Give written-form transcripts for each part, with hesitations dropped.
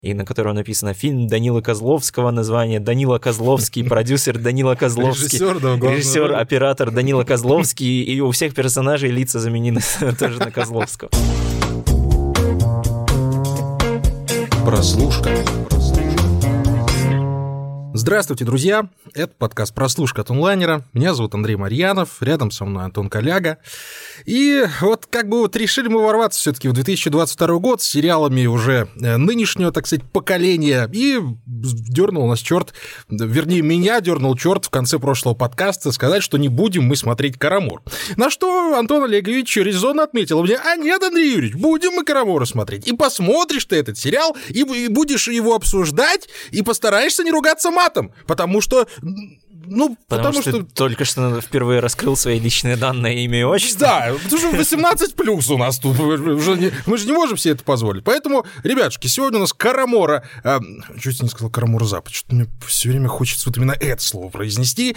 и на котором написано «Фильм Данила Козловского», название «Данила Козловский», продюсер Данила Козловский, режиссер, оператор Данила Козловский, и у всех персонажей лица заменены тоже на Козловского. Прослушка. Здравствуйте, друзья! Это подкаст «Прослушка» от онлайнера. Меня зовут Андрей Марьянов, рядом со мной Антон Коляга. И вот как бы вот решили мы ворваться все-таки в 2022 год с сериалами уже нынешнего, так сказать, поколения. И дернул нас черт, вернее, меня дернул черт в конце прошлого подкаста сказать, что не будем мы смотреть «Карамор». На что Антон Олегович резонно отметил мне: а нет, Андрей Юрьевич, будем мы «Карамора» смотреть. И посмотришь ты этот сериал, и будешь его обсуждать, и постараешься не ругаться матом, потому что... Потому что ты только что впервые раскрыл свои личные данные, имя и отчество. Да, потому что 18+ у нас тут, мы же не можем себе это позволить. Поэтому, ребятушки, сегодня у нас «Карамора». Чуть не сказал «Карамора Запад», что-то мне все время хочется вот именно это слово произнести.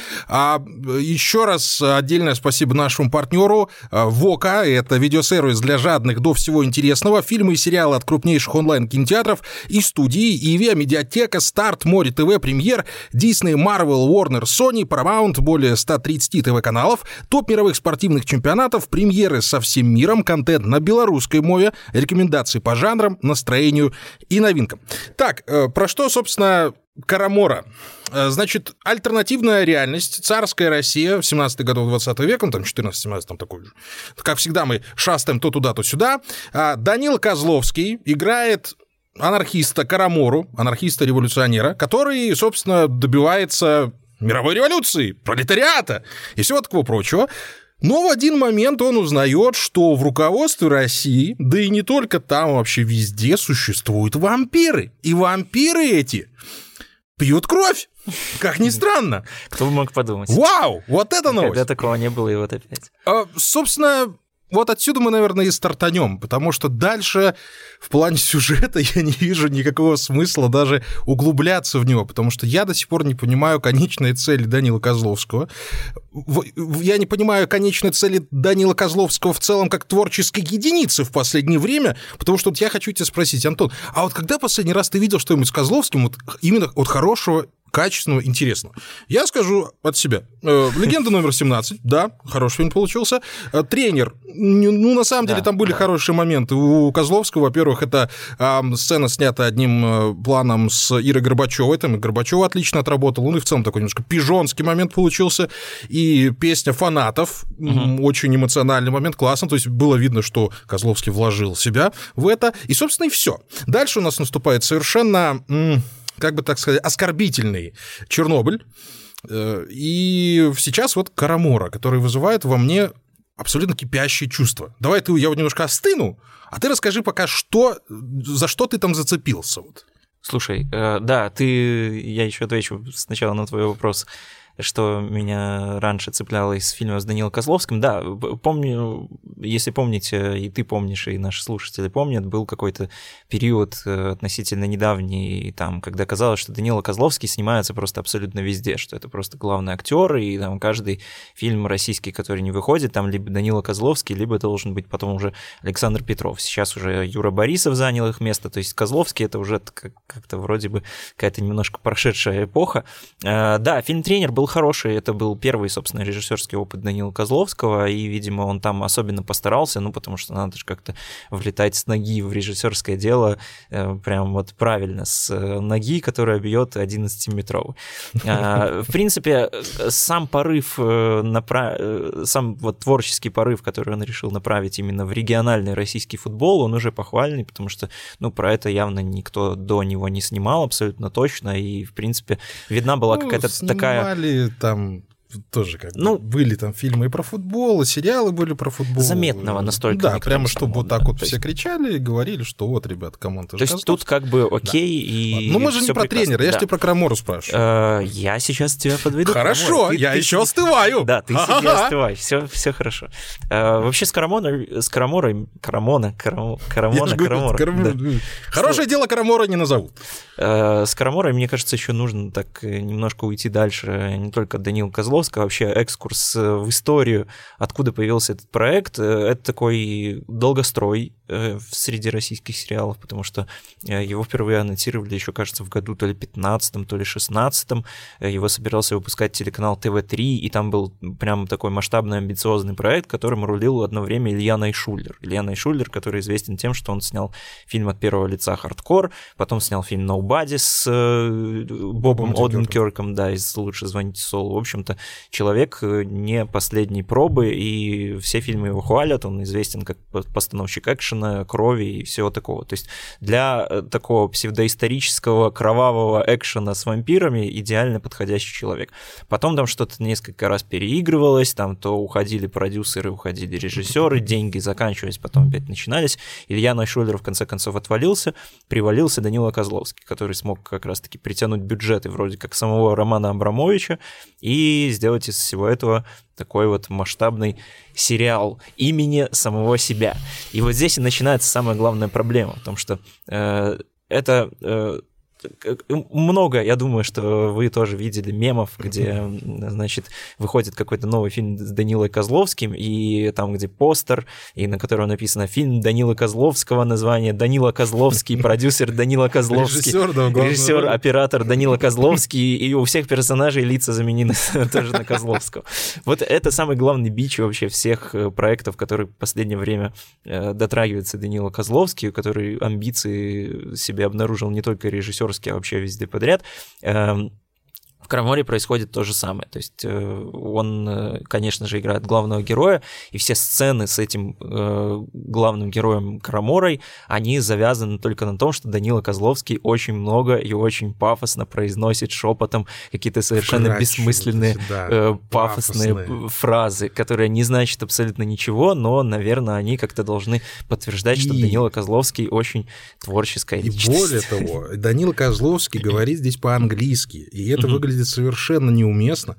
Еще раз отдельное спасибо нашему партнеру ВОКа. Это видеосервис для жадных до всего интересного. Фильмы и сериалы от крупнейших онлайн-кинотеатров и студии Иви, Медиатека, Старт, Море ТВ, Премьер, Disney, Marvel, Warner, Sony, Paramount, более 130 ТВ-каналов, топ мировых спортивных чемпионатов, премьеры со всем миром, контент на белорусской мове, рекомендации по жанрам, настроению и новинкам. Так, про что, собственно, «Карамора»? Значит, альтернативная реальность, царская Россия, 17-х годов 20 века, там 14-17, там такой же. Как всегда мы шастаем то туда, то сюда. Данила Козловский играет анархиста Карамору, анархиста-революционера, который, собственно, добивается мировой революции, пролетариата и всего такого прочего. Но в один момент он узнает, что в руководстве России, да и не только там, вообще везде существуют вампиры. И вампиры эти пьют кровь, как ни странно. Кто бы мог подумать. Вау, вот это новость. Когда такого не было, и вот опять. Собственно, вот отсюда мы, наверное, и стартанем, потому что дальше в плане сюжета я не вижу никакого смысла даже углубляться в него, потому что я до сих пор не понимаю конечной цели Данила Козловского. Я не понимаю конечной цели Данила Козловского в целом как творческой единицы в последнее время, потому что вот я хочу тебя спросить, Антон, а вот когда последний раз ты видел что-нибудь с Козловским, вот именно от хорошего, качественного, интересного? Я скажу от себя. «Легенда номер 17», да, хороший фильм получился. «Тренер», ну, на самом деле, там были хорошие моменты. У Козловского, во-первых, это сцена снята одним планом с Ирой Горбачевой, там и Горбачева отлично отработал, ну и в целом такой немножко пижонский момент получился, и песня фанатов, очень эмоциональный момент, классно, то есть было видно, что Козловский вложил себя в это, и, собственно, и все. Дальше у нас наступает совершенно... как бы так сказать, оскорбительный Чернобыль. И сейчас вот «Карамора», который вызывает во мне абсолютно кипящие чувства. Давай я вот немножко остыну, а ты расскажи пока, за что ты там зацепился. Вот. Слушай, да, я еще отвечу сначала на твой вопрос, что меня раньше цепляло из фильма с Данилом Козловским. Да, помню, если помните, и ты помнишь, и наши слушатели помнят, был какой-то период относительно недавний, там, когда казалось, что Данила Козловский снимается просто абсолютно везде, что это просто главный актер, и там каждый фильм российский, который не выходит, там либо Данила Козловский, либо должен быть потом уже Александр Петров. Сейчас уже Юра Борисов занял их место, то есть Козловский — это уже как-то вроде бы какая-то немножко прошедшая эпоха. Да, фильм «Тренер» был хороший, это был первый, собственно, режиссерский опыт Данила Козловского, и, видимо, он там особенно постарался, потому что надо же как-то влетать с ноги в режиссерское дело, прям вот правильно, с ноги, которая бьет 11-метровый. В принципе, сам порыв, сам вот творческий порыв, который он решил направить именно в региональный российский футбол, он уже похвальный, потому что, про это явно никто до него не снимал абсолютно точно, и, в принципе, видна была какая-то такая... там тоже были там фильмы и про футбол, и сериалы были про футбол. Заметного настолько. Да, прямо чтобы вот так вот все кричали и говорили, что вот, ребят, камон-то. То есть тут как бы окей, и ну мы же не про тренера, я же тебя про Карамору спрашиваю. Я сейчас тебя подведу. Хорошо, я еще остываю. Да, ты себе остывай, все хорошо. Вообще с Караморой... Хорошее дело Карамора не назовут. С Караморой, мне кажется, еще нужно так немножко уйти дальше, не только Данил Козловский, Козловского, вообще экскурс в историю, откуда появился этот проект. Это такой долгострой среди российских сериалов, потому что его впервые анонсировали еще, кажется, в году то ли 15-м, то ли 16-м. Его собирался выпускать телеканал ТВ-3, и там был прям такой масштабный, амбициозный проект, которым рулил одно время Илья Найшулер. Илья Найшулер, который известен тем, что он снял фильм «От первого лица. Хардкор», потом снял фильм «Nobody» с Бобом Оденкерком, да, из «Лучше звоните Солу». В общем-то, человек не последней пробы, и все фильмы его хвалят, он известен как постановщик экшена, крови и всего такого. То есть для такого псевдоисторического кровавого экшена с вампирами идеально подходящий человек. Потом там что-то несколько раз переигрывалось, там то уходили продюсеры, уходили режиссеры, деньги заканчивались, потом опять начинались. Илья Найшулер в конце концов отвалился, привалился Данила Козловский, который смог как раз-таки притянуть бюджеты вроде как самого Романа Абрамовича и сделать из всего этого такой вот масштабный сериал имени самого себя. И вот здесь и начинается самая главная проблема, в том, что это... много, я думаю, что вы тоже видели мемов, где, значит, выходит какой-то новый фильм с Данилой Козловским, и там, где постер, и на котором написано «Фильм Данилы Козловского», название «Данила Козловский», продюсер Данила Козловский, режиссер, оператор Данила Козловский, и у всех персонажей лица заменены тоже на Козловского. Вот это самый главный бич вообще всех проектов, которые в последнее время дотрагивается Данила Козловский, который амбиции себе обнаружил не только режиссер, а вообще везде подряд. В «Караморе» происходит то же самое. То есть он, конечно же, играет главного героя, и все сцены с этим главным героем Караморой, они завязаны только на том, что Данила Козловский очень много и очень пафосно произносит шепотом какие-то совершенно бессмысленные, пафосные фразы, которые не значат абсолютно ничего, но, наверное, они как-то должны подтверждать, что Данила Козловский очень творческая личность. И более того, Данила Козловский говорит здесь по-английски, и это выглядит совершенно неуместно,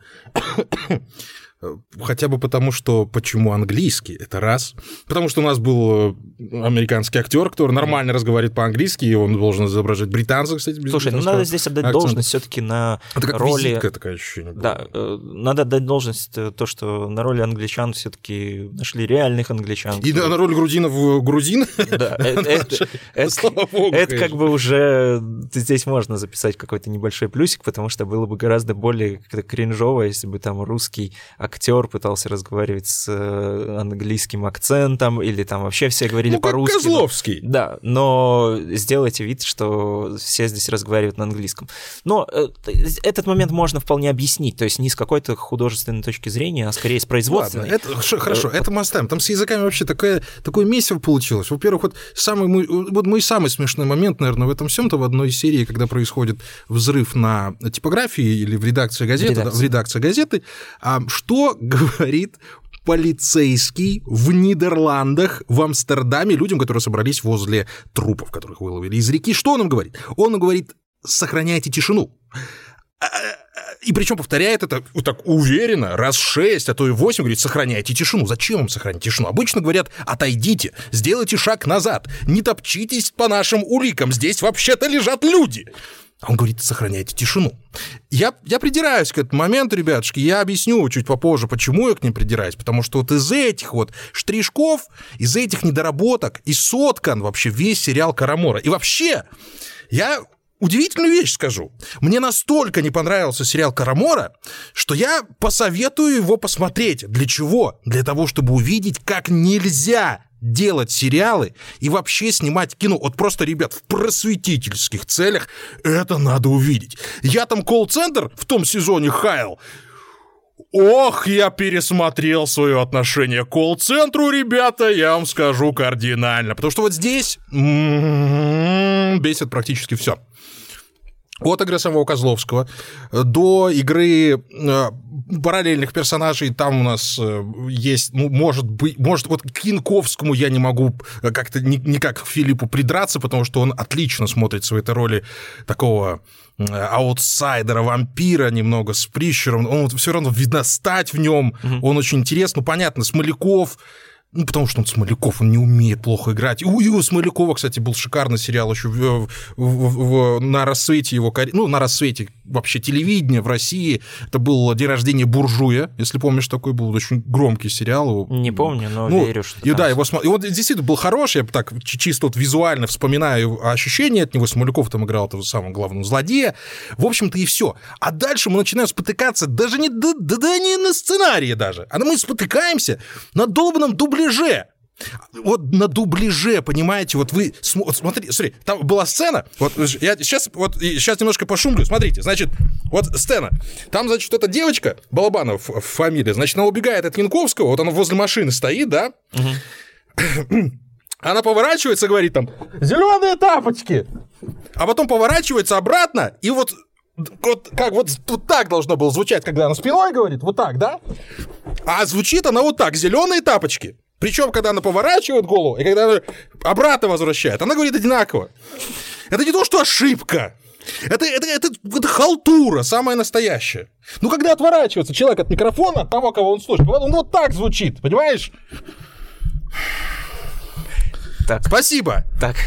хотя бы потому, что почему английский, это раз, потому что у нас был американский актер, который нормально разговаривает по-английски, и он должен изображать британца, кстати. Слушай, ну надо здесь отдать должность все-таки на это как роли... визитка такая ощущение. Да, надо отдать должность то, что на роли англичан все-таки нашли реальных англичан. И на роль грузинов грузин? Да, это как бы уже здесь можно записать какой-то небольшой плюсик, потому что было бы гораздо более кринжово, если бы там русский актер пытался разговаривать с английским акцентом, или там вообще все говорили по-русски. Ну, как Козловский. Да, но сделайте вид, что все здесь разговаривают на английском. Но этот момент можно вполне объяснить, то есть не с какой-то художественной точки зрения, а скорее с производственной. Ладно, это хорошо, это мы оставим. Там с языками вообще такое месиво получилось. Во-первых, вот мой самый смешной момент, наверное, в этом всем-то в одной из серий, когда происходит взрыв на типографии или в редакции газеты, что говорит полицейский в Нидерландах, в Амстердаме, людям, которые собрались возле трупов, которых выловили из реки. Что он им говорит? Он им говорит: сохраняйте тишину. И причем повторяет это так уверенно, раз 6, а то и 8, говорит: сохраняйте тишину. Зачем вам сохранять тишину? Обычно говорят: отойдите, сделайте шаг назад, не топчитесь по нашим уликам, здесь вообще-то лежат люди. А он говорит: сохраняйте тишину. Я придираюсь к этому моменту, ребятушки, я объясню чуть попозже, почему я к ним придираюсь, потому что вот из этих вот штришков, из этих недоработок и соткан вообще весь сериал «Карамора». И вообще, я удивительную вещь скажу. Мне настолько не понравился сериал «Карамора», что я посоветую его посмотреть. Для чего? Для того, чтобы увидеть, как нельзя делать сериалы и вообще снимать кино. Вот просто, ребят, в просветительских целях это надо увидеть. Я там колл-центр в том сезоне хаял. Ох, я пересмотрел свое отношение к колл-центру, ребята, я вам скажу кардинально. Потому что вот здесь бесит практически все. От игры самого Козловского до игры параллельных персонажей там у нас есть, может, вот к Янковскому я не могу как-то никак к Филиппу придраться, потому что он отлично смотрится в этой роли такого аутсайдера, вампира немного с прищуром, он все равно видно стать в нем, он очень интересный, понятно, Смоляков. Потому что он Смоляков, он не умеет плохо играть. У Смолякова, кстати, был шикарный сериал еще на рассвете его карьеры. Ну, на рассвете вообще телевидения в России. Это был «День рождения буржуя», если помнишь, такой был очень громкий сериал. Не помню, но верю, что и да, и он действительно был хороший, я так чисто вот визуально вспоминаю ощущения от него. Смоляков там играл того самого главного злодея. В общем-то и все. А дальше мы начинаем спотыкаться даже не на сценарии даже, а мы спотыкаемся на долбанном дубляже. Вот на дубляже, понимаете, вот вы смотри, там была сцена, вот я сейчас немножко пошумлю, смотрите, значит, вот сцена, там, значит, эта девочка, Балабанова фамилия, значит, она убегает от Янковского, вот она возле машины стоит, да, она поворачивается, говорит там, зеленые тапочки, а потом поворачивается обратно, и вот как вот так должно было звучать, когда она спиной говорит, вот так, да, а звучит она вот так, зеленые тапочки. Причем, когда она поворачивает голову, и когда она обратно возвращает, она говорит одинаково. Это не то, что ошибка. Это халтура, самая настоящая. Ну, когда отворачивается человек от микрофона, от того, кого он слушает, он вот так звучит, понимаешь? Так. Спасибо. Так.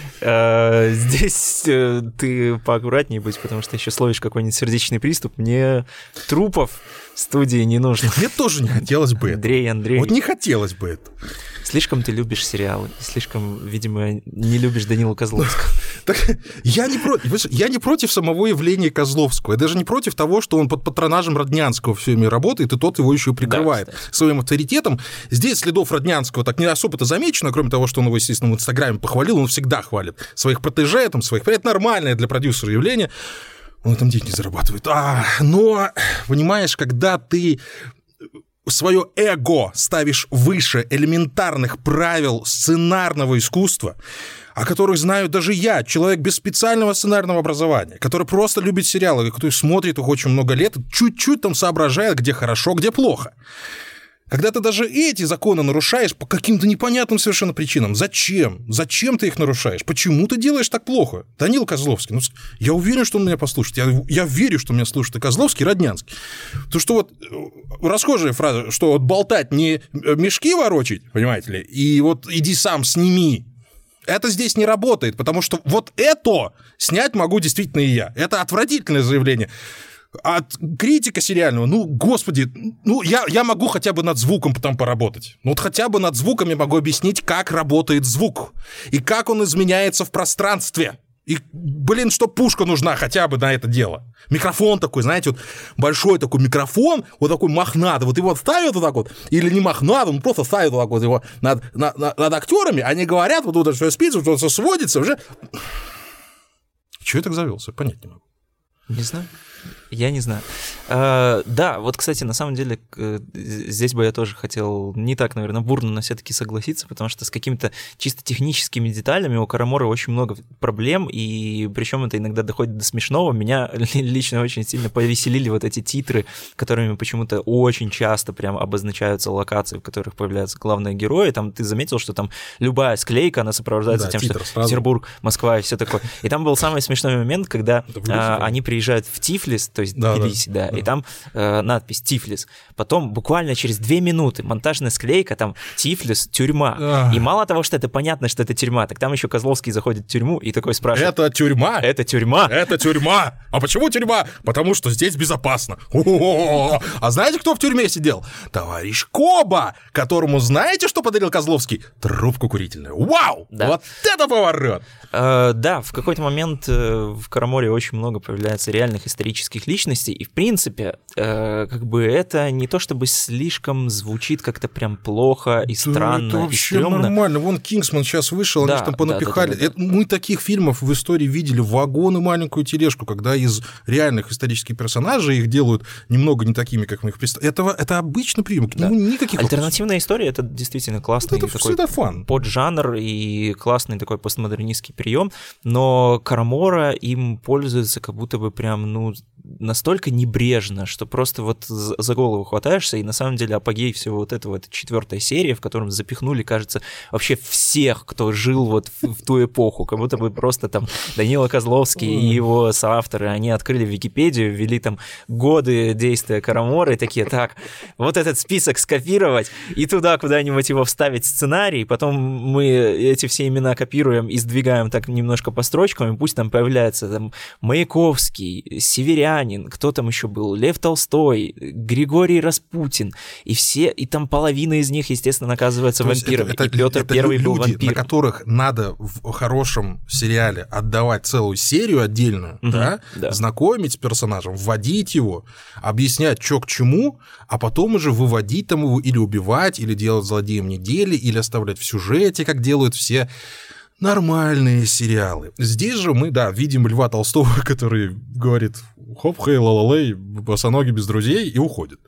Здесь ты поаккуратнее будь, потому что еще словишь какой-нибудь сердечный приступ. Мне трупов в студии не нужно. Мне тоже не хотелось бы Андрей. Вот не хотелось бы это. Слишком ты любишь сериалы, слишком, видимо, не любишь Данилу Козловского. Я не против самого явления Козловского. Я даже не против того, что он под патронажем Роднянского все время работает, и тот его еще и прикрывает своим авторитетом. Здесь следов Роднянского так не особо-то замечено, кроме того, что он его, естественно, в Инстаграме похвалил, он всегда хвалит своих протеже, это нормальное для продюсера явление. Он там деньги зарабатывает. Но, понимаешь, когда ты свое эго ставишь выше элементарных правил сценарного искусства, о которых знаю даже я, человек без специального сценарного образования, который просто любит сериалы, который смотрит их очень много лет, чуть-чуть там соображает, где хорошо, где плохо. Когда ты даже эти законы нарушаешь по каким-то непонятным совершенно причинам. Зачем? Зачем ты их нарушаешь? Почему ты делаешь так плохо? Данил Козловский, я уверен, что он меня послушает. Я верю, что меня слушает и Козловский, и Роднянский. То, что вот расхожая фраза, что вот болтать не мешки ворочить, понимаете ли, и вот иди сам сними. Это здесь не работает, потому что вот это снять могу действительно и я. Это отвратительное заявление. От критика сериального, господи, я могу хотя бы над звуком там поработать. Вот хотя бы над звуком я могу объяснить, как работает звук и как он изменяется в пространстве. И, что пушка нужна хотя бы на это дело. Микрофон такой, знаете, вот большой такой микрофон, вот такой мохнатый, вот его ставят вот так вот, или не мохнатый, он просто ставит вот так вот его над актерами, они говорят, вот это все спится, вот это сводится уже. Чего я так завелся? Понять не могу. Не знаю. Я не знаю. Да, вот, кстати, на самом деле, здесь бы я тоже хотел не так, наверное, бурно, но все-таки согласиться, потому что с какими-то чисто техническими деталями у Караморы очень много проблем, и причем это иногда доходит до смешного. Меня лично очень сильно повеселили вот эти титры, которыми почему-то очень часто прям обозначаются локации, в которых появляются главные герои. Там ты заметил, что там любая склейка, она сопровождается тем, что сразу. Петербург, Москва и все такое. И там был самый смешной момент, когда они приезжают в Тифлис, то есть Тбилиси, да, и там надпись «Тифлис». Потом буквально через 2 минуты монтажная склейка, там «Тифлис, тюрьма». И мало того, что это понятно, что это тюрьма, так там еще Козловский заходит в тюрьму и такой спрашивает: «Это тюрьма? Это тюрьма? Это тюрьма! А почему тюрьма? Потому что здесь безопасно». А знаете, кто в тюрьме сидел? Товарищ Коба, которому знаете, что подарил Козловский? Трубку курительную. Вау! Да. Вот это поворот! Да, в какой-то момент в Караморе очень много появляется реальных исторических личностей, и в принципе, это не то чтобы слишком звучит как-то прям плохо и странно, это вообще и стрёмно. Нормально. Вон Кингсман сейчас вышел, они там понапихали. Да. Мы таких фильмов в истории видели вагон и маленькую тележку, когда из реальных исторических персонажей их делают немного не такими, как мы их представляем. Это обычно прием. Да. Никаких альтернативная история — это действительно классный такой поджанр и классный такой постмодернистский прием, но Карамора им пользуется как будто бы прям, настолько небрежно, что просто вот за голову хватаешься, и на самом деле апогей всего вот этого — это 4-я серия, в котором запихнули, кажется, вообще всех, кто жил вот в ту эпоху, как будто бы просто там Данила Козловский и его соавторы, они открыли Википедию, ввели там годы действия Караморы, и такие: так, вот этот список скопировать и туда куда-нибудь его вставить в сценарий, потом мы эти все имена копируем и сдвигаем так немножко по строчкам, и пусть там появляется там Маяковский, Северянин, Бунин, кто там еще был, Лев Толстой, Григорий Распутин, и там половина из них, естественно, оказывается вампирами. И Петр Первый был вампиром. На которых надо в хорошем сериале отдавать целую серию отдельную, да, знакомить с персонажем, вводить его, объяснять, что к чему, а потом уже выводить там его или убивать, или делать злодеем недели, или оставлять в сюжете, как делают все нормальные сериалы. Здесь же мы, видим Льва Толстого, который говорит хоп, хей, ла-ла-лей, босоноги без друзей, и уходит.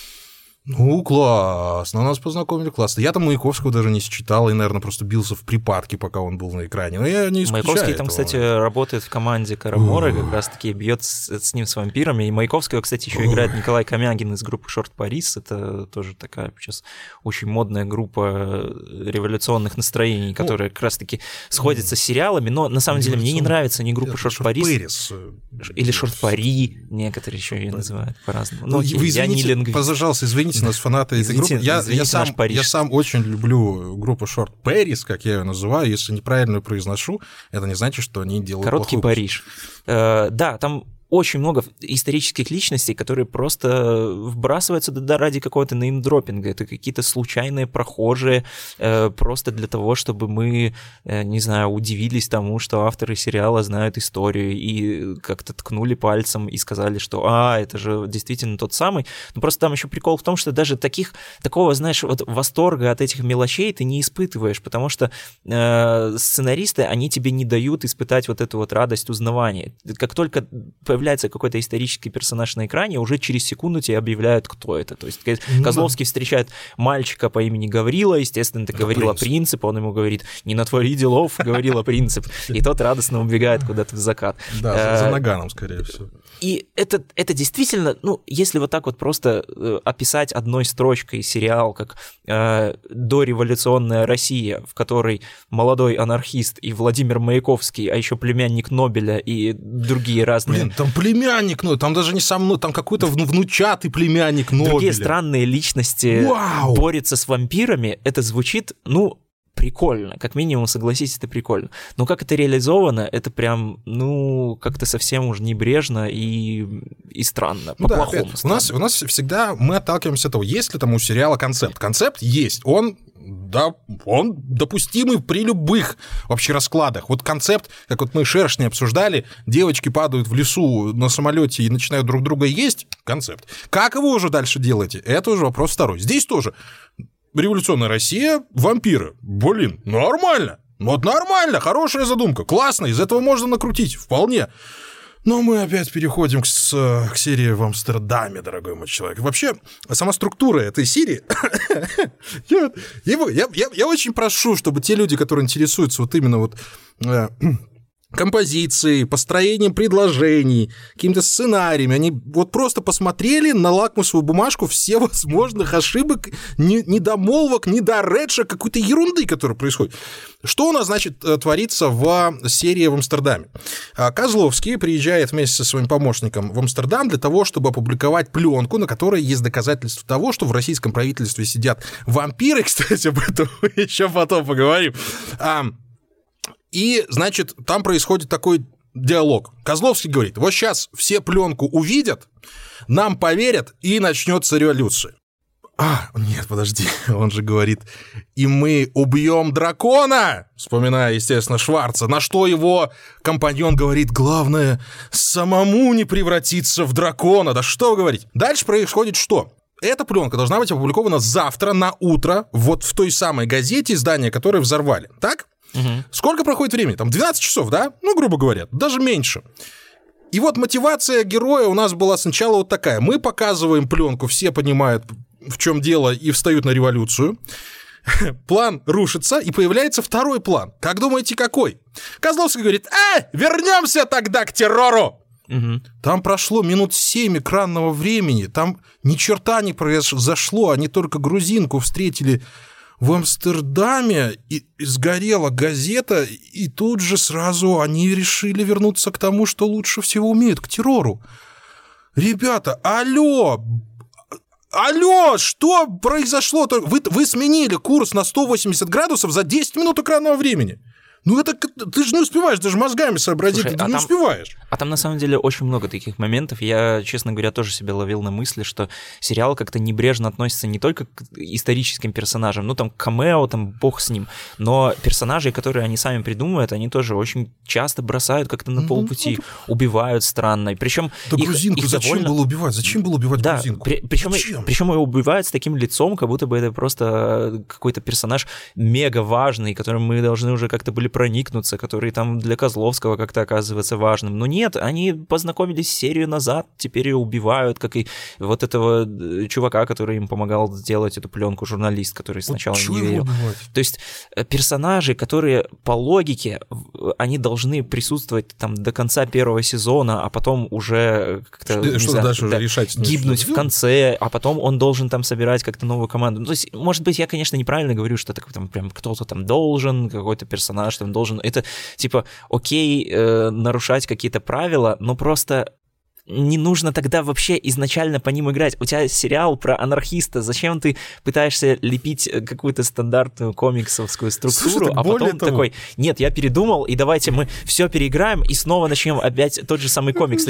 Ну, классно, нас познакомили, классно. Я там Маяковского даже не считал и, наверное, просто бился в припадке, пока он был на экране. Но я не исключаю Маяковский этого. там, кстати, работает в команде Карамора, как раз-таки бьет с ним, с вампирами. И Маяковского, кстати, еще играет Николай Комягин из группы Шорт Парис. Это тоже такая сейчас очень модная группа революционных настроений, которая как раз-таки сходится с сериалами. Но, на самом деле, мне не нравится ни группа Шорт Парис или Шорт Пари, некоторые еще ее называют по-разному. Ну, вы извините, пожалуйста, извините нас, фанаты этой группы. Я сам очень люблю группу Short Paris, как я ее называю. Если неправильно ее произношу, это не значит, что они делают короткий Париж. Да, там очень много исторических личностей, которые просто вбрасываются ради какого-то неймдропинга. Это какие-то случайные прохожие, просто для того, чтобы мы, не знаю, удивились тому, что авторы сериала знают историю и как-то ткнули пальцем и сказали, что это же действительно тот самый. Но просто там еще прикол в том, что даже такого, знаешь, вот восторга от этих мелочей ты не испытываешь, потому что сценаристы, они тебе не дают испытать вот эту вот радость узнавания. Как только появляется какой-то исторический персонаж на экране, уже через секунду тебе объявляют, кто это. То есть Козловский встречает мальчика по имени Гаврила, естественно, это Гаврила Принцип, он ему говорит, не натвори делов, Гаврила Принцип, и тот радостно убегает куда-то в закат. Да, за наганом, скорее всего. И это действительно, если вот так вот просто описать одной строчкой сериал, как дореволюционная Россия, в которой молодой анархист и Владимир Маяковский, а еще племянник Нобеля и другие разные... Блин, там племянник, там даже не сам, там какой-то внучатый племянник Нобеля. Другие странные личности борются с вампирами, это звучит, прикольно, как минимум, согласитесь, это прикольно. Но как это реализовано, это прям, как-то совсем уж небрежно и странно, по-плохому. У нас всегда мы отталкиваемся от того, есть ли там у сериала концепт. Концепт есть, он допустимый при любых вообще раскладах. Вот концепт, как вот мы шершни обсуждали, девочки падают в лесу на самолете и начинают друг друга есть, концепт. Как его уже дальше делаете, это уже вопрос второй. Здесь тоже революционная Россия, вампиры. Блин, нормально. Вот нормально, хорошая задумка, классно, из этого можно накрутить, вполне. Но мы опять переходим к серии в Амстердаме, дорогой мой человек. Вообще, сама структура этой серии... Я очень прошу, чтобы те люди, которые интересуются вот именно вот... композицией, построением предложений, какими-то сценариями. Они вот просто посмотрели на лакмусовую бумажку все возможных ошибок, недомолвок, недоредшек, какой-то ерунды, которая происходит. Что у нас, значит, творится в серии в Амстердаме? Козловский приезжает вместе со своим помощником в Амстердам для того, чтобы опубликовать пленку, на которой есть доказательства того, что в российском правительстве сидят вампиры. Кстати, об этом мы еще потом поговорим. И, значит, там происходит такой диалог. Козловский говорит, вот сейчас все пленку увидят, нам поверят, и начнется революция. Нет, подожди, он же говорит, и мы убьем дракона, вспоминая, естественно, Шварца, на что его компаньон говорит, главное, самому не превратиться в дракона. Да что вы говорите? Дальше происходит что? Эта пленка должна быть опубликована завтра на утро вот в той самой газете, издание которое взорвали, так? Угу. Сколько проходит времени? Там 12 часов, да? Грубо говоря, даже меньше. И вот мотивация героя у нас была сначала вот такая. Мы показываем пленку, все понимают, в чем дело, и встают на революцию. План рушится, и появляется второй план. Как думаете, какой? Козловский говорит, вернемся тогда к террору. Угу. Там прошло минут 7 экранного времени, там ни черта не произошло, они только грузинку встретили в Амстердаме, и сгорела газета, и тут же сразу они решили вернуться к тому, что лучше всего умеют, к террору. Ребята, алло, что произошло? Вы сменили курс на 180 градусов за 10 минут экранного времени. Ну это ты же не успеваешь, даже мозгами сообразить, Слушай, ты не успеваешь. А там на самом деле очень много таких моментов. Я, честно говоря, тоже себя ловил на мысли, что сериал как-то небрежно относится не только к историческим персонажам, ну там камео, там бог с ним, но персонажей, которые они сами придумывают, они тоже очень часто бросают как-то на полпути, убивают странно. Причем да грузинку зачем было убивать? Зачем было убивать грузинку? Причем его убивают с таким лицом, как будто бы это просто какой-то персонаж мега важный, которым мы должны уже как-то были проникнуться, который там для Козловского как-то оказывается важным. Но нет, они познакомились серию назад, теперь ее убивают, как и вот этого чувака, который им помогал сделать эту пленку, журналист, который сначала не верил. То есть персонажи, которые по логике, они должны присутствовать там до конца первого сезона, а потом уже как-то решать, гибнуть в конце, а потом он должен там собирать как-то новую команду. То есть, может быть, я, конечно, неправильно говорю, что это там прям кто-то там должен, какой-то персонаж там должен. Это типа окей, нарушать какие-то правила, но просто не нужно тогда вообще изначально по ним играть. У тебя сериал про анархиста, зачем ты пытаешься лепить какую-то стандартную комиксовскую структуру, слушай, а потом такой, нет, я передумал, и давайте мы все переиграем и снова начнем опять тот же самый комикс.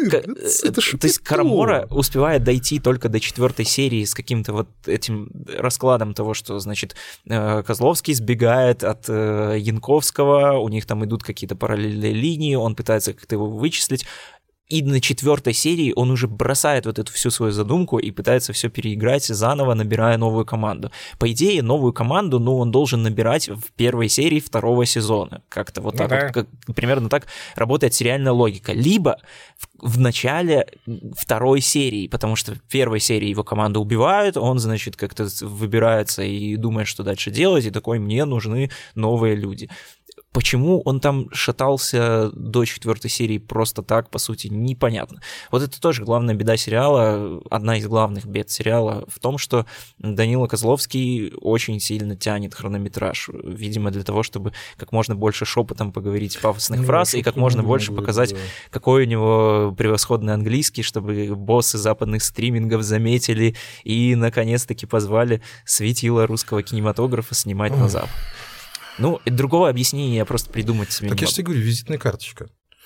То есть Карамора успевает дойти только до 4-й серии с каким-то вот этим раскладом того, что, значит, Козловский сбегает от Янковского, у них там идут какие-то параллельные линии, он пытается как-то его вычислить. И на 4-й серии он уже бросает вот эту всю свою задумку и пытается все переиграть заново, набирая новую команду. По идее, новую команду, он должен набирать в 1-й серии 2-го сезона. Как-то вот так вот, примерно так работает сериальная логика. Либо в начале 2-й серии, потому что в 1-й серии его команду убивают, он, значит, как-то выбирается и думает, что дальше делать, и такой, мне нужны новые люди. Почему он там шатался до 4-й серии просто так, по сути, непонятно. Вот это тоже главная беда сериала, одна из главных бед сериала в том, что Данила Козловский очень сильно тянет хронометраж, видимо, для того, чтобы как можно больше шепотом поговорить пафосных фраз и как можно больше показать, какой у него превосходный английский, чтобы боссы западных стримингов заметили и, наконец-таки, позвали светило русского кинематографа снимать на Запад. Другого объяснения я просто придумать себе не могу. Так я же тебе говорю, визитная карточка.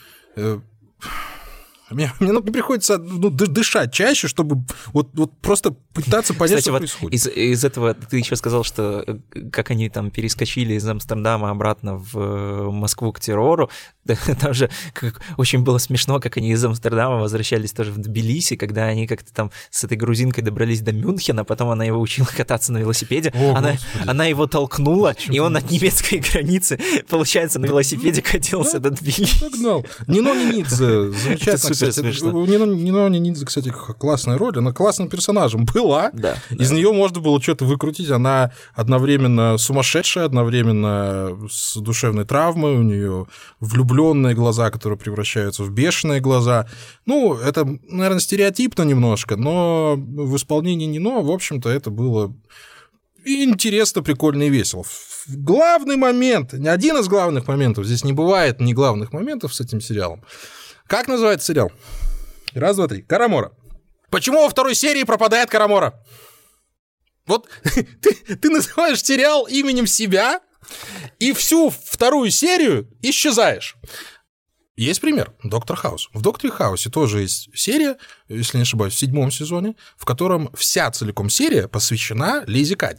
Мне приходится дышать чаще, чтобы вот просто пытаться понять, что происходит. Из этого ты еще сказал, что как они там перескочили из Амстердама обратно в Москву к террору. Там же очень было смешно, как они из Амстердама возвращались тоже в Тбилиси, когда они как-то там с этой грузинкой добрались до Мюнхена, потом она его учила кататься на велосипеде, она его толкнула, и он от немецкой границы, получается, на велосипеде катился до Тбилиси. Нино Нинидзе, замечательно. Нино Нинидзе, кстати, классная роль, она классным персонажем была, из нее можно было что-то выкрутить, она одновременно сумасшедшая, одновременно с душевной травмой, у нее влюбленные глаза, которые превращаются в бешеные глаза. Это, наверное, стереотипно немножко, но в исполнении Нино, в общем-то, это было интересно, прикольно и весело. Главный момент, один из главных моментов, здесь не бывает ни главных моментов с этим сериалом. Как называется сериал? Раз, два, три. Карамора. Почему во 2-й серии пропадает Карамора? Вот ты называешь сериал именем себя, и всю 2-ю серию исчезаешь. Есть пример. Доктор Хаус. В Докторе Хаусе тоже есть серия, если не ошибаюсь, в 7-м сезоне, в котором вся целиком серия посвящена Лизе Кади.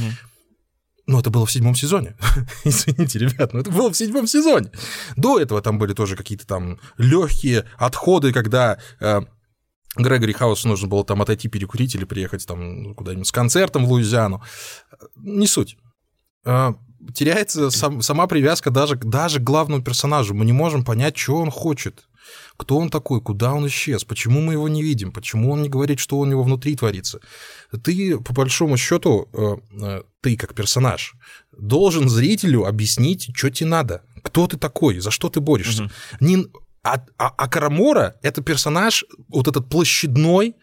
Но это было в 7-м сезоне. Извините, ребят, но это было в 7-м сезоне. До этого там были тоже какие-то там легкие отходы, когда Грегори Хаусу нужно было там отойти перекурить или приехать там куда-нибудь с концертом в Луизиану. Не суть. Теряется сама привязка даже к главному персонажу. Мы не можем понять, что он хочет. Кто он такой, куда он исчез, почему мы его не видим, почему он не говорит, что у него внутри творится. Ты, по большому счету, ты как персонаж, должен зрителю объяснить, что тебе надо, кто ты такой, за что ты борешься. А Карамора — это персонаж вот этот площадной,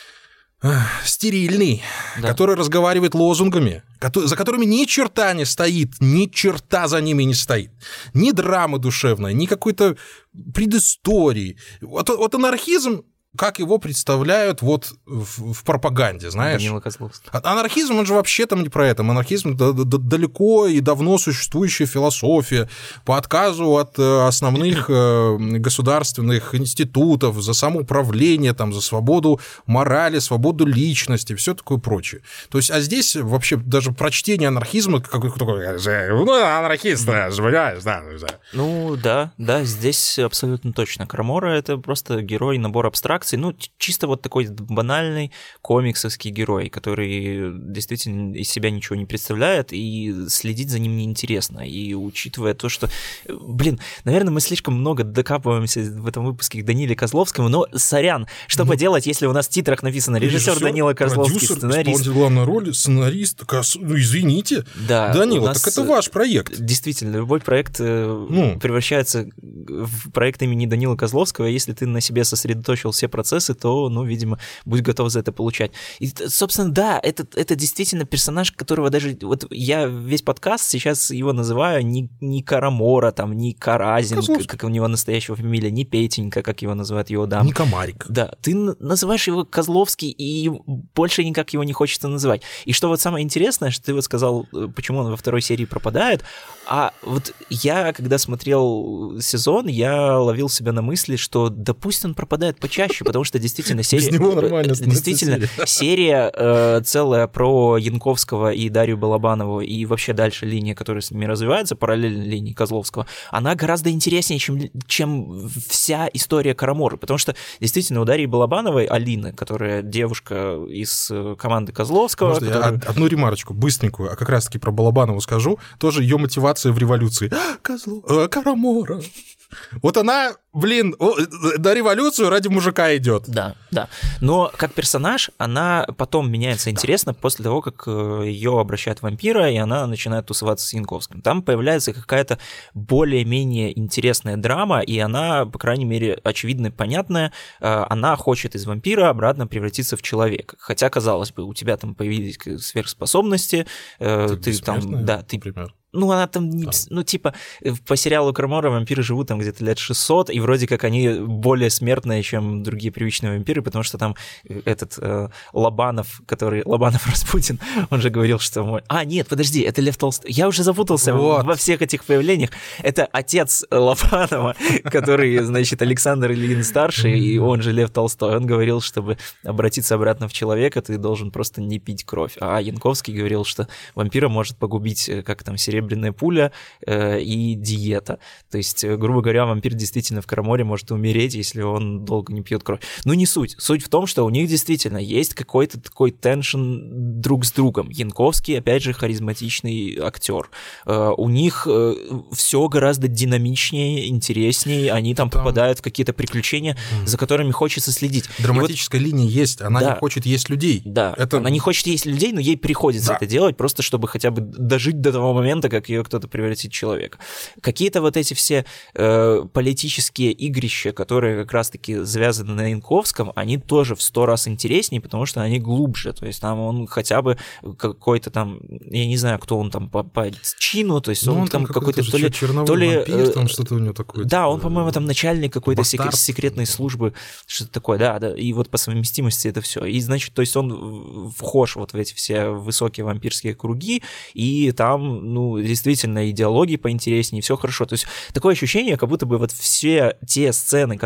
стерильный, который разговаривает лозунгами, за которыми ни черта не стоит, ни черта за ними не стоит. Ни драмы душевной, ни какой-то предыстории. Вот анархизм как его представляют вот в пропаганде, знаешь. Данила Козловский. Анархизм, он же вообще там не про это. Анархизм далеко и давно существующая философия по отказу от основных государственных институтов, за самоуправление, там, за свободу морали, свободу личности, все такое прочее. То есть, а здесь вообще даже прочтение анархизма, какой такой, анархист, понимаешь, да. Ну, да, здесь абсолютно точно. Карамора — это просто герой, набор абстракций, ну, чисто вот такой банальный комиксовский герой, который действительно из себя ничего не представляет, и следить за ним неинтересно. И учитывая то, что, наверное, мы слишком много докапываемся в этом выпуске к Даниле Козловскому, но сорян, что поделать, если у нас в титрах написано режиссер Данила Козловский, сценарист. Исполнитель главной роли, сценарист. Ну, извините, да, Данила, так это ваш проект. Действительно, любой проект превращается в проект имени Данила Козловского, если ты на себе сосредоточил все процессы, то, видимо, будь готов за это получать. И, собственно, да, это действительно персонаж, которого даже... Вот я весь подкаст сейчас его называю не Карамора, там, не Каразин, как у него настоящая фамилия, не Петенька, как его называют его дамы. Не Комарик. Да, ты называешь его Козловский, и больше никак его не хочется называть. И что вот самое интересное, что ты вот сказал, почему он во второй серии пропадает, а вот я, когда смотрел сезон, я ловил себя на мысли, что да пусть он пропадает почаще, потому что действительно серия целая про Янковского и Дарью Балабанову, и вообще дальше линия, которая с ними развивается, параллельно линии Козловского, она гораздо интереснее, чем вся история Караморы, потому что действительно у Дарьи Балабановой, Алины, которая девушка из команды Козловского... Можно я одну ремарочку, быстренькую, а как раз-таки про Балабанову скажу, тоже ее мотивация в революции. Карамора. Вот она, до революции ради мужика идет. Да. Но как персонаж она потом меняется интересно после того, как ее обращают в вампира, и она начинает тусоваться с Янковским. Там появляется какая-то более-менее интересная драма, и она, по крайней мере, очевидно и понятная. Она хочет из вампира обратно превратиться в человека. Хотя, казалось бы, у тебя там появились сверхспособности. Ты там, да, ты... Например. Она там, по сериалу Карамора вампиры живут там где-то лет 600, и вроде как они более смертные, чем другие привычные вампиры, потому что там этот Лобанов Распутин, он же говорил, что... нет, подожди, это Лев Толстой. Я уже запутался во всех этих появлениях. Это отец Лобанова, который, значит, Александр Ильин-старший, и он же Лев Толстой. Он говорил, чтобы обратиться обратно в человека, ты должен просто не пить кровь. А Янковский говорил, что вампира может погубить, как там, серебряная пуля и диета. То есть, грубо говоря, вампир действительно в Караморе может умереть, если он долго не пьет кровь. Но не суть. Суть в том, что у них действительно есть какой-то такой теншн друг с другом. Янковский, опять же, харизматичный актер. У них все гораздо динамичнее, интереснее. Они там попадают в какие-то приключения, за которыми хочется следить. Драматическая линия есть. Она не хочет есть людей. Да, она не хочет есть людей, но ей приходится это делать, просто чтобы хотя бы дожить до того момента, как ее кто-то превратит в человека. Какие-то вот эти все политические игрища, которые как раз-таки завязаны на Янковском, они тоже в 100 раз интереснее, потому что они глубже. То есть там он хотя бы какой-то там, я не знаю, кто он там по чину, то есть он там какой-то то ли вампир, там что-то у него такое. Да, он, по-моему, там начальник какой-то секретной службы, что-то такое, да, и вот по совместимости это все. И, значит, то есть он вхож вот в эти все высокие вампирские круги, и там, действительно, идеологии поинтереснее, все хорошо. То есть такое ощущение, как будто бы вот все те сцены,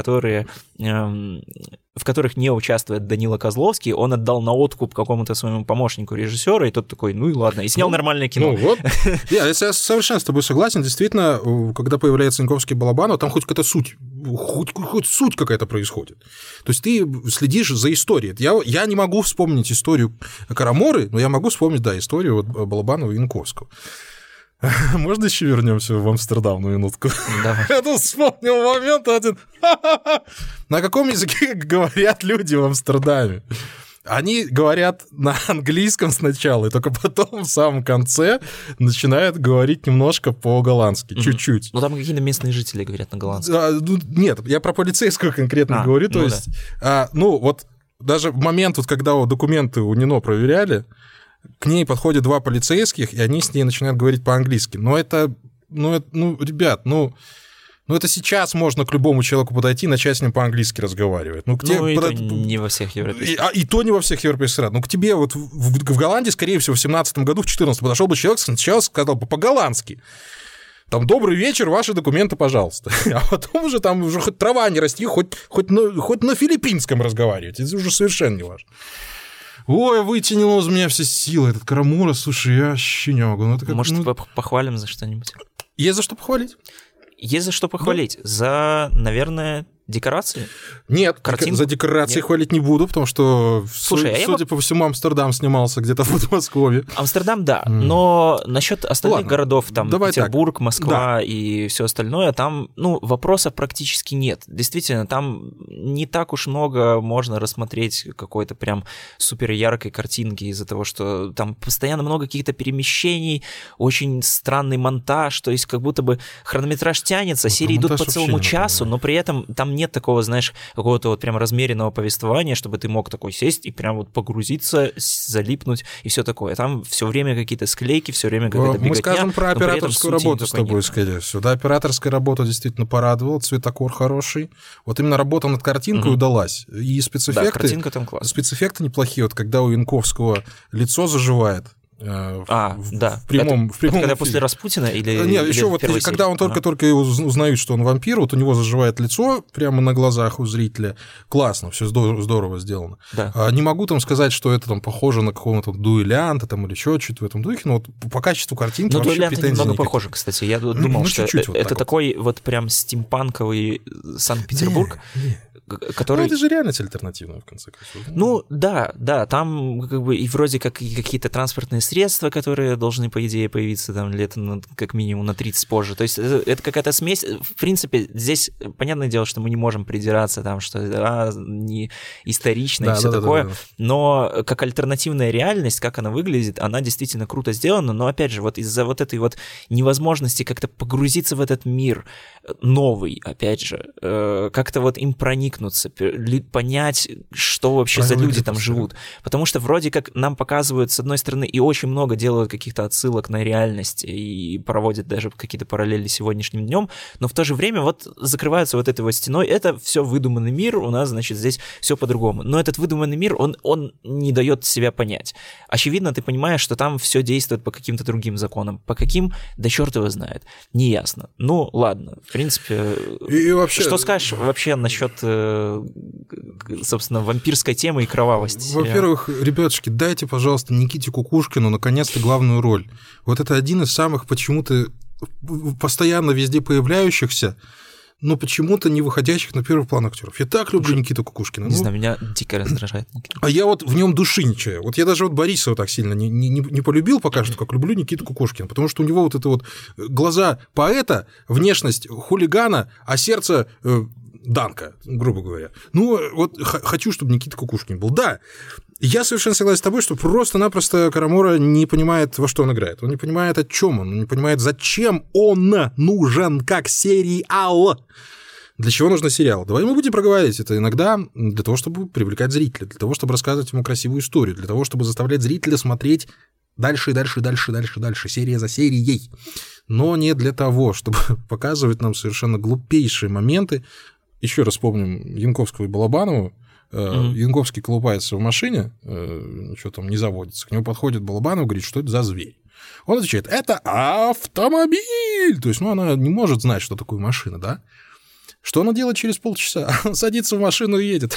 в которых не участвует Данила Козловский, он отдал на откуп какому-то своему помощнику режиссера, и тот такой, и ладно, и снял нормальное кино. Я совершенно с тобой согласен. Действительно, когда появляется Янковский и Балабанов, там хоть какая-то суть, хоть суть какая-то происходит. То есть ты следишь за историей. Я не могу вспомнить историю Караморы, но я могу вспомнить, историю Балабанова и Янковского. Можно еще вернемся в Амстердам на минутку? Давай. Я тут вспомнил момент один. На каком языке говорят люди в Амстердаме? Они говорят на английском сначала, и только потом в самом конце начинают говорить немножко по-голландски, чуть-чуть. Там какие-то местные жители говорят на голландском. Нет, я про полицейскую конкретно говорю. То есть, вот даже в момент, когда документы у Нино проверяли, к ней подходят 2 полицейских, и они с ней начинают говорить по-английски. Но это ребят, Ну, это сейчас можно к любому человеку подойти и начать с ним по-английски разговаривать. Ну, это не во всех европейских. И то не во всех европейских странах. Ну, к тебе вот в Голландии, скорее всего, в 17 году, в 14 подошел бы человек, сначала сказал бы по-голландски. Там, добрый вечер, ваши документы, пожалуйста. А потом уже там уже хоть трава не расти, хоть на филиппинском разговаривать. Это уже совершенно не важно. Ой, вытянул из меня все силы. Этот Карамура, слушай, я вообще не могу. Может, похвалим за что-нибудь? Есть за что похвалить. Есть за что похвалить. Да. За, наверное, декорации? Нет, за декорации хвалить не буду, потому что, судя по всему, Амстердам снимался где-то в Подмосковье. Амстердам, да, но насчет остальных городов, там Петербург, Москва и все остальное, там, вопросов практически нет. Действительно, там не так уж много можно рассмотреть какой-то прям супер яркой картинки из-за того, что там постоянно много каких-то перемещений, очень странный монтаж, то есть как будто бы хронометраж тянется, серии идут по целому часу, но при этом там нет такого, знаешь, какого-то вот прям размеренного повествования, чтобы ты мог такой сесть и прям вот погрузиться, залипнуть и все такое. Там все время какие-то склейки, все время какая-то беготня. Мы скажем про операторскую работу с тобой, скорее всего. Да, операторская работа действительно порадовала, цветокор хороший. Вот именно работа над картинкой удалась. И спецэффекты... Да, картинка там классная. Спецэффекты неплохие. Вот когда у Янковского лицо заживает, да. В прямом когда эфире. После Распутина или Нет, еще вот когда он только его узнают, что он вампир, вот у него заживает лицо прямо на глазах у зрителя. Классно, все здорово сделано. Да. Не могу там сказать, что это там похоже на какого-то дуэлянта там, или еще что-то в этом духе, но вот по качеству картинки вообще претензий никаких. Немного похоже, кстати. Я думал, что это такой вот прям стимпанковый Санкт-Петербург. Который... это же реальность альтернативная, в конце концов. Да, там как бы и вроде как и какие-то транспортные средства, которые должны, по идее, появиться там лет как минимум на 30 позже. То есть это какая-то смесь. В принципе, здесь понятное дело, что мы не можем придираться там, что не исторично и все такое, да. Но как альтернативная реальность, как она выглядит, она действительно круто сделана, но опять же, вот из-за вот этой вот невозможности как-то погрузиться в этот мир новый, опять же, как-то вот им проникнуться, понять, что вообще за люди там живут. Потому что вроде как нам показывают, с одной стороны, и очень много делают каких-то отсылок на реальность, и проводят даже какие-то параллели с сегодняшним днем, но в то же время вот закрываются вот этой вот стеной, это все выдуманный мир, у нас, значит, здесь все по-другому. Но этот выдуманный мир, он не дает себя понять. Очевидно, ты понимаешь, что там все действует по каким-то другим законам. По каким, да черт его знает. Неясно. Ну, ладно. В принципе, и вообще... что скажешь вообще насчет, собственно, вампирской темы и кровавости? Во-первых, ребятушки, дайте, пожалуйста, Никите Кукушкину наконец-то главную роль. Вот это один из самых почему-то постоянно везде появляющихся, но почему-то не выходящих на первый план актеров. Я так люблю Никиту Кукушкина. Не знаю, меня дико раздражает Никита. А я вот в нем души не чаю. Вот я даже вот Борисова так сильно не полюбил пока что, как люблю Никиту Кукушкина, потому что у него вот это вот глаза поэта, внешность хулигана, а сердце Данка, грубо говоря. Ну, вот хочу, чтобы Никита Кукушкин был. Да, я совершенно согласен с тобой, что просто-напросто Карамура не понимает, во что он играет. Он не понимает, о чем он не понимает, зачем он нужен как сериал. Для чего нужен сериал? Давай мы будем проговаривать это иногда для того, чтобы привлекать зрителя, для того, чтобы рассказывать ему красивую историю, для того, чтобы заставлять зрителя смотреть дальше, серия за серией. Но не для того, чтобы показывать нам совершенно глупейшие моменты. Еще раз помним Янковского и Балабанова. Янковский колупается в машине, что там не заводится. К нему подходит Балабанов, говорит, что это за зверь. Он отвечает, это автомобиль. То есть, она не может знать, что такое машина, да? Что она делает через полчаса? Она садится в машину и едет.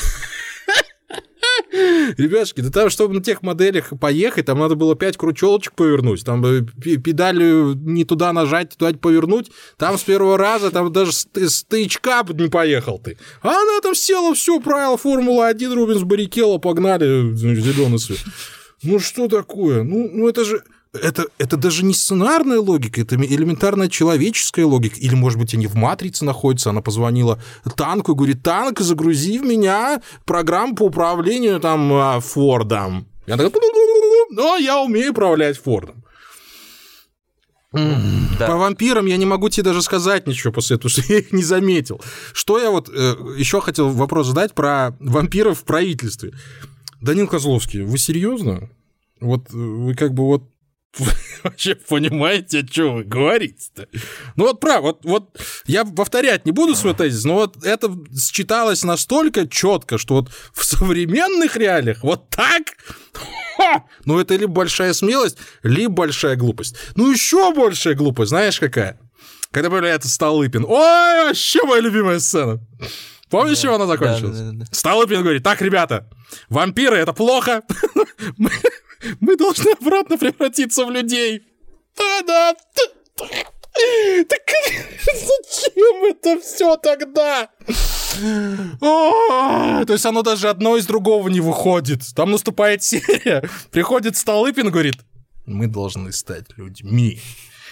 Ребятушки, да там, чтобы на тех моделях поехать, там надо было 5 кручелочек повернуть, там педалью не туда нажать, туда повернуть, там с первого раза, там даже с тычка не поехал ты. А она там села, все, правила Формулы-1, Рубенс Баррикелло, погнали, зеленый свет. Ну что такое? Ну это же... Это даже не сценарная логика, это элементарная человеческая логика. Или, может быть, они в «Матрице» находятся, она позвонила танку и говорит, танк, загрузи в меня программу по управлению там Фордом. Я такой, но я умею управлять Фордом. Да. По вампирам я не могу тебе даже сказать ничего после этого, что я их не заметил. Что я вот еще хотел вопрос задать про вампиров в правительстве. Данил Козловский, вы серьезно? Вот вы как бы вот вообще понимаете, о чем вы говорите-то? Ну вот правда, вот я повторять не буду свой тезис, но вот это считалось настолько четко, что вот в современных реалиях вот так... Ну это либо большая смелость, либо большая глупость. Ну еще большая глупость, знаешь какая? Когда появляется Столыпин. Ой, вообще моя любимая сцена. Помнишь, чем она закончилась? Да. Столыпин говорит: так, ребята, вампиры — это плохо. Мы должны обратно превратиться в людей. Да-да. Так зачем это все тогда? То есть оно даже одно из другого не выходит. Там наступает серия. Приходит Столыпин, говорит: мы должны стать людьми.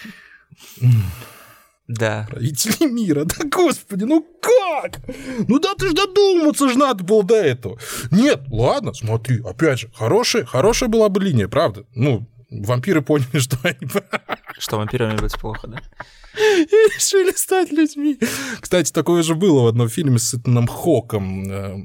Да. Правители мира. Да, господи, ну как? Ну да, ты ж додуматься же надо было до этого. Нет, ладно, смотри, опять же, хорошая была бы линия, правда. Ну, вампиры поняли, что они... Что вампирами быть плохо, да? И решили стать людьми. Кстати, такое же было в одном фильме с Этаном Хоком.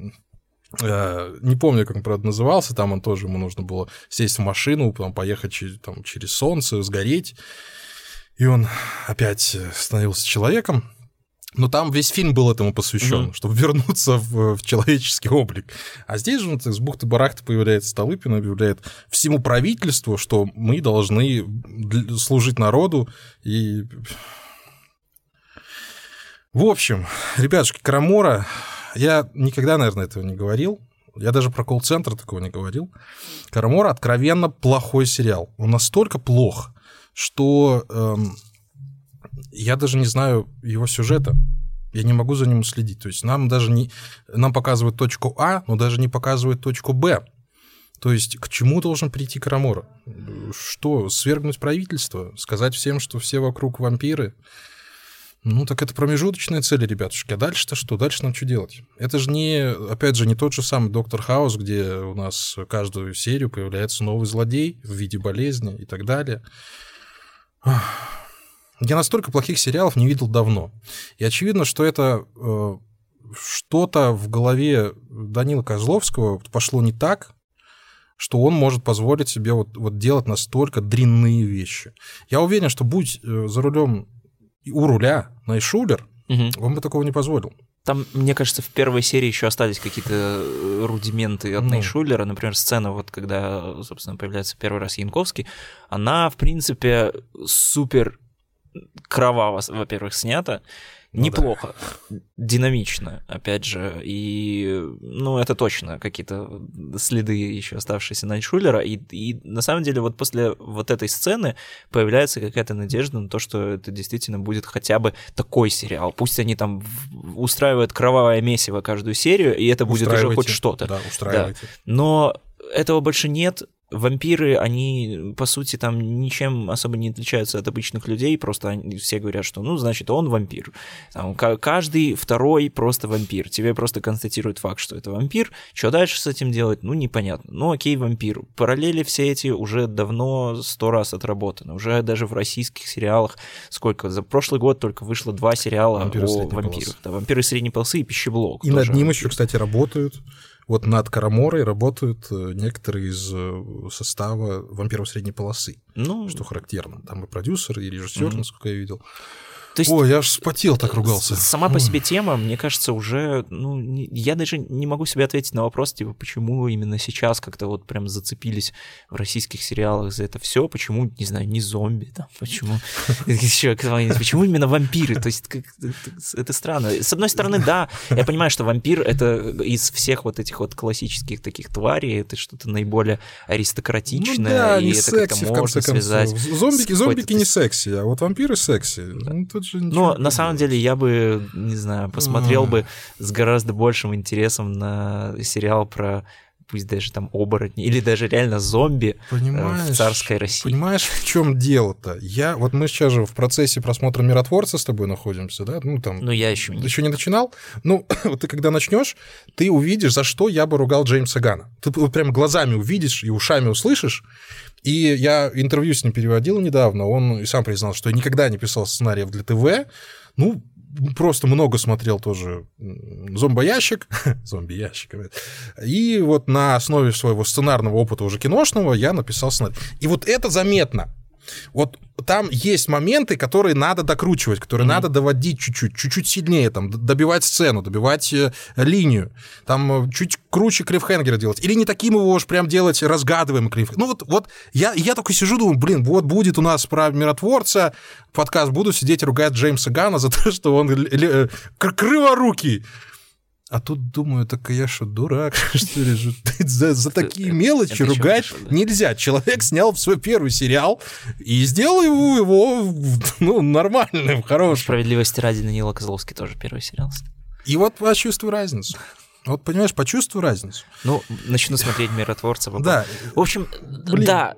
Не помню, как он, правда, назывался. Там он тоже, ему нужно было сесть в машину, потом поехать через солнце, сгореть. И он опять становился человеком. Но там весь фильм был этому посвящен, чтобы вернуться в человеческий облик. А здесь же с бухты-барахты появляется Столыпин, объявляет всему правительству, что мы должны служить народу. И... В общем, ребятушки, Карамора, я никогда, наверное, этого не говорил. Я даже про колл-центр такого не говорил. Карамора откровенно плохой сериал. Он настолько плох, что я даже не знаю его сюжета. Я не могу за ним следить. То есть нам показывают точку А, но даже не показывают точку Б. То есть к чему должен прийти Карамора? Что, свергнуть правительство? Сказать всем, что все вокруг вампиры? Ну, так это промежуточные цели, ребятушки. А дальше-то что? Дальше нам что делать? Это же опять же, не тот же самый Доктор Хаус, где у нас каждую серию появляется новый злодей в виде болезни и так далее. Я настолько плохих сериалов не видел давно. И очевидно, что это что-то в голове Данила Козловского пошло не так, что он может позволить себе вот делать настолько дрянные вещи. Я уверен, что будь за рулем у руля Найшулер, он бы такого не позволил. Там, мне кажется, в первой серии еще остались какие-то рудименты от Найшулера. Например, сцена, вот когда, собственно, появляется первый раз Янковский, она, в принципе, супер кроваво, во-первых, снята. Неплохо, динамично, опять же, и, ну, это точно какие-то следы еще оставшиеся Найшулера, и на самом деле вот после вот этой сцены появляется какая-то надежда на то, что это действительно будет хотя бы такой сериал, пусть они там устраивают кровавое месиво каждую серию, и это будет уже хоть что-то. Да, устраивайте. Да. Но этого больше нет. Вампиры, они, по сути, там ничем особо не отличаются от обычных людей, просто все говорят, что, ну, значит, он вампир. Там, каждый второй просто вампир. Тебе просто констатируют факт, что это вампир. Что дальше с этим делать? Ну, непонятно. Ну, окей, вампир. Параллели все эти уже давно 100 раз отработаны. Уже даже в российских сериалах сколько? За прошлый год только вышло 2 сериала «Вампиры о вампирах. Да, «Вампиры средней полосы» и «Пищеблок». И над ним еще, кстати, работают. Вот над Караморой работают некоторые из состава «Вампиров средней полосы», что характерно. Там и продюсер, и режиссер, насколько я видел. То есть, ой, я аж вспотел, так ругался. Сама по себе тема, мне кажется, уже... Ну, я даже не могу себе ответить на вопрос, типа, почему именно сейчас как-то вот прям зацепились в российских сериалах за это все, почему, не знаю, не зомби, там, почему именно вампиры, то есть это странно. С одной стороны, да, я понимаю, что вампир — это из всех вот этих вот классических таких тварей, это что-то наиболее аристократичное, и это как-то можно связать. Зомбики не секси, а вот вампиры секси. Но на самом деле я бы, не знаю, посмотрел бы с гораздо большим интересом на сериал про, пусть даже там оборотни, или даже реально зомби в царской России. Понимаешь, в чем дело-то? Вот мы сейчас же в процессе просмотра «Миротворца» с тобой находимся, да? Ну, я еще не начинал. Ну, вот ты когда начнешь, ты увидишь, за что я бы ругал Джеймса Ганна. Ты вот прям глазами увидишь и ушами услышишь. И я интервью с ним переводил недавно, он и сам признал, что никогда не писал сценариев для ТВ, ну, просто много смотрел тоже «Зомбоящик», и вот на основе своего сценарного опыта уже киношного я написал сценарий. И вот это заметно. Вот там есть моменты, которые надо докручивать, которые надо доводить чуть-чуть сильнее, там, добивать сцену, добивать линию, там чуть круче клиффхенгер делать. Или не таким его уж прям делать разгадываемым клиффхенгер. Ну вот я такой сижу, думаю, блин, вот будет у нас про Миротворца подкаст, буду сидеть и ругать Джеймса Ганна за то, что он криворукий. А тут думаю, так я что, дурак, что ли? За такие мелочи ругать нельзя. Человек снял свой первый сериал и сделал его нормальным, хорошим. Справедливости ради, Данила Козловский тоже первый сериал. И вот почувствую разницу. Вот, понимаешь, почувствую разницу. Ну, начну смотреть «Миротворца». Да. В общем, да...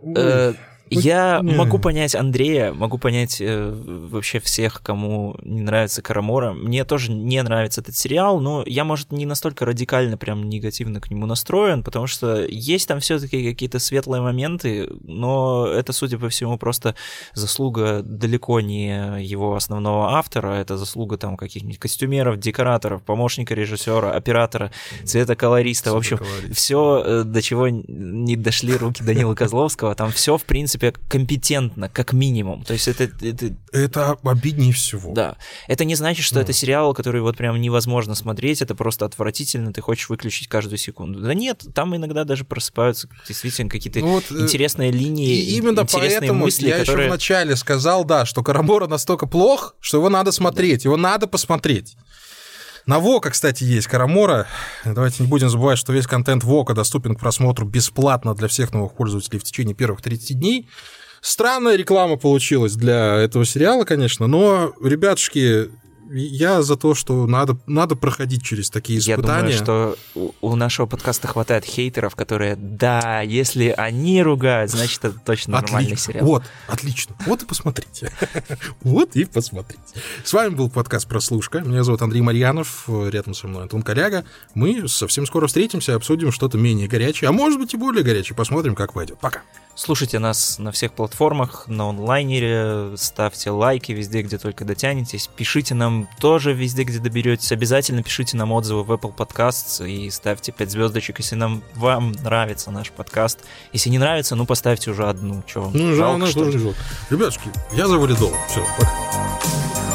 Я могу понять Андрея, могу понять вообще всех, кому не нравится Карамора. Мне тоже не нравится этот сериал, но я, может, не настолько радикально прям негативно к нему настроен, потому что есть там все-таки какие-то светлые моменты, но это, судя по всему, просто заслуга далеко не его основного автора, это заслуга там каких-нибудь костюмеров, декораторов, помощника режиссера, оператора, цветоколориста. В общем, все, до чего не дошли руки Данилы Козловского, там все, в принципе, компетентно, как минимум. То есть это обиднее всего. Да. Это не значит, что это сериал, который вот прям невозможно смотреть, это просто отвратительно, ты хочешь выключить каждую секунду. Да нет, там иногда даже просыпаются действительно какие-то интересные линии, и именно интересные поэтому мысли, я которые... еще вначале сказал, да, что Карамора настолько плох, что его надо смотреть, его надо посмотреть. На Вока, кстати, есть Карамора. Давайте не будем забывать, что весь контент Вока доступен к просмотру бесплатно для всех новых пользователей в течение первых 30 дней. Странная реклама получилась для этого сериала, конечно, но, ребятушки, я за то, что надо проходить через такие испытания. Я думаю, что у нашего подкаста хватает хейтеров, которые, да, если они ругают, значит, это точно нормальный сериал. Вот, отлично. Вот и посмотрите. Вот и посмотрите. С вами был подкаст «Прослушка». Меня зовут Андрей Марьянов, рядом со мной Антон Коляга. Мы совсем скоро встретимся, обсудим что-то менее горячее, а может быть и более горячее. Посмотрим, как пойдет. Пока. Слушайте нас на всех платформах, на онлайнере, ставьте лайки везде, где только дотянетесь, пишите нам тоже везде, где доберетесь, обязательно пишите нам отзывы в Apple Podcasts и ставьте 5 звездочек, если вам нравится наш подкаст. Если не нравится, поставьте уже одну, что вам жалко, что ли? Ребятушки, я за валидол. Все, пока.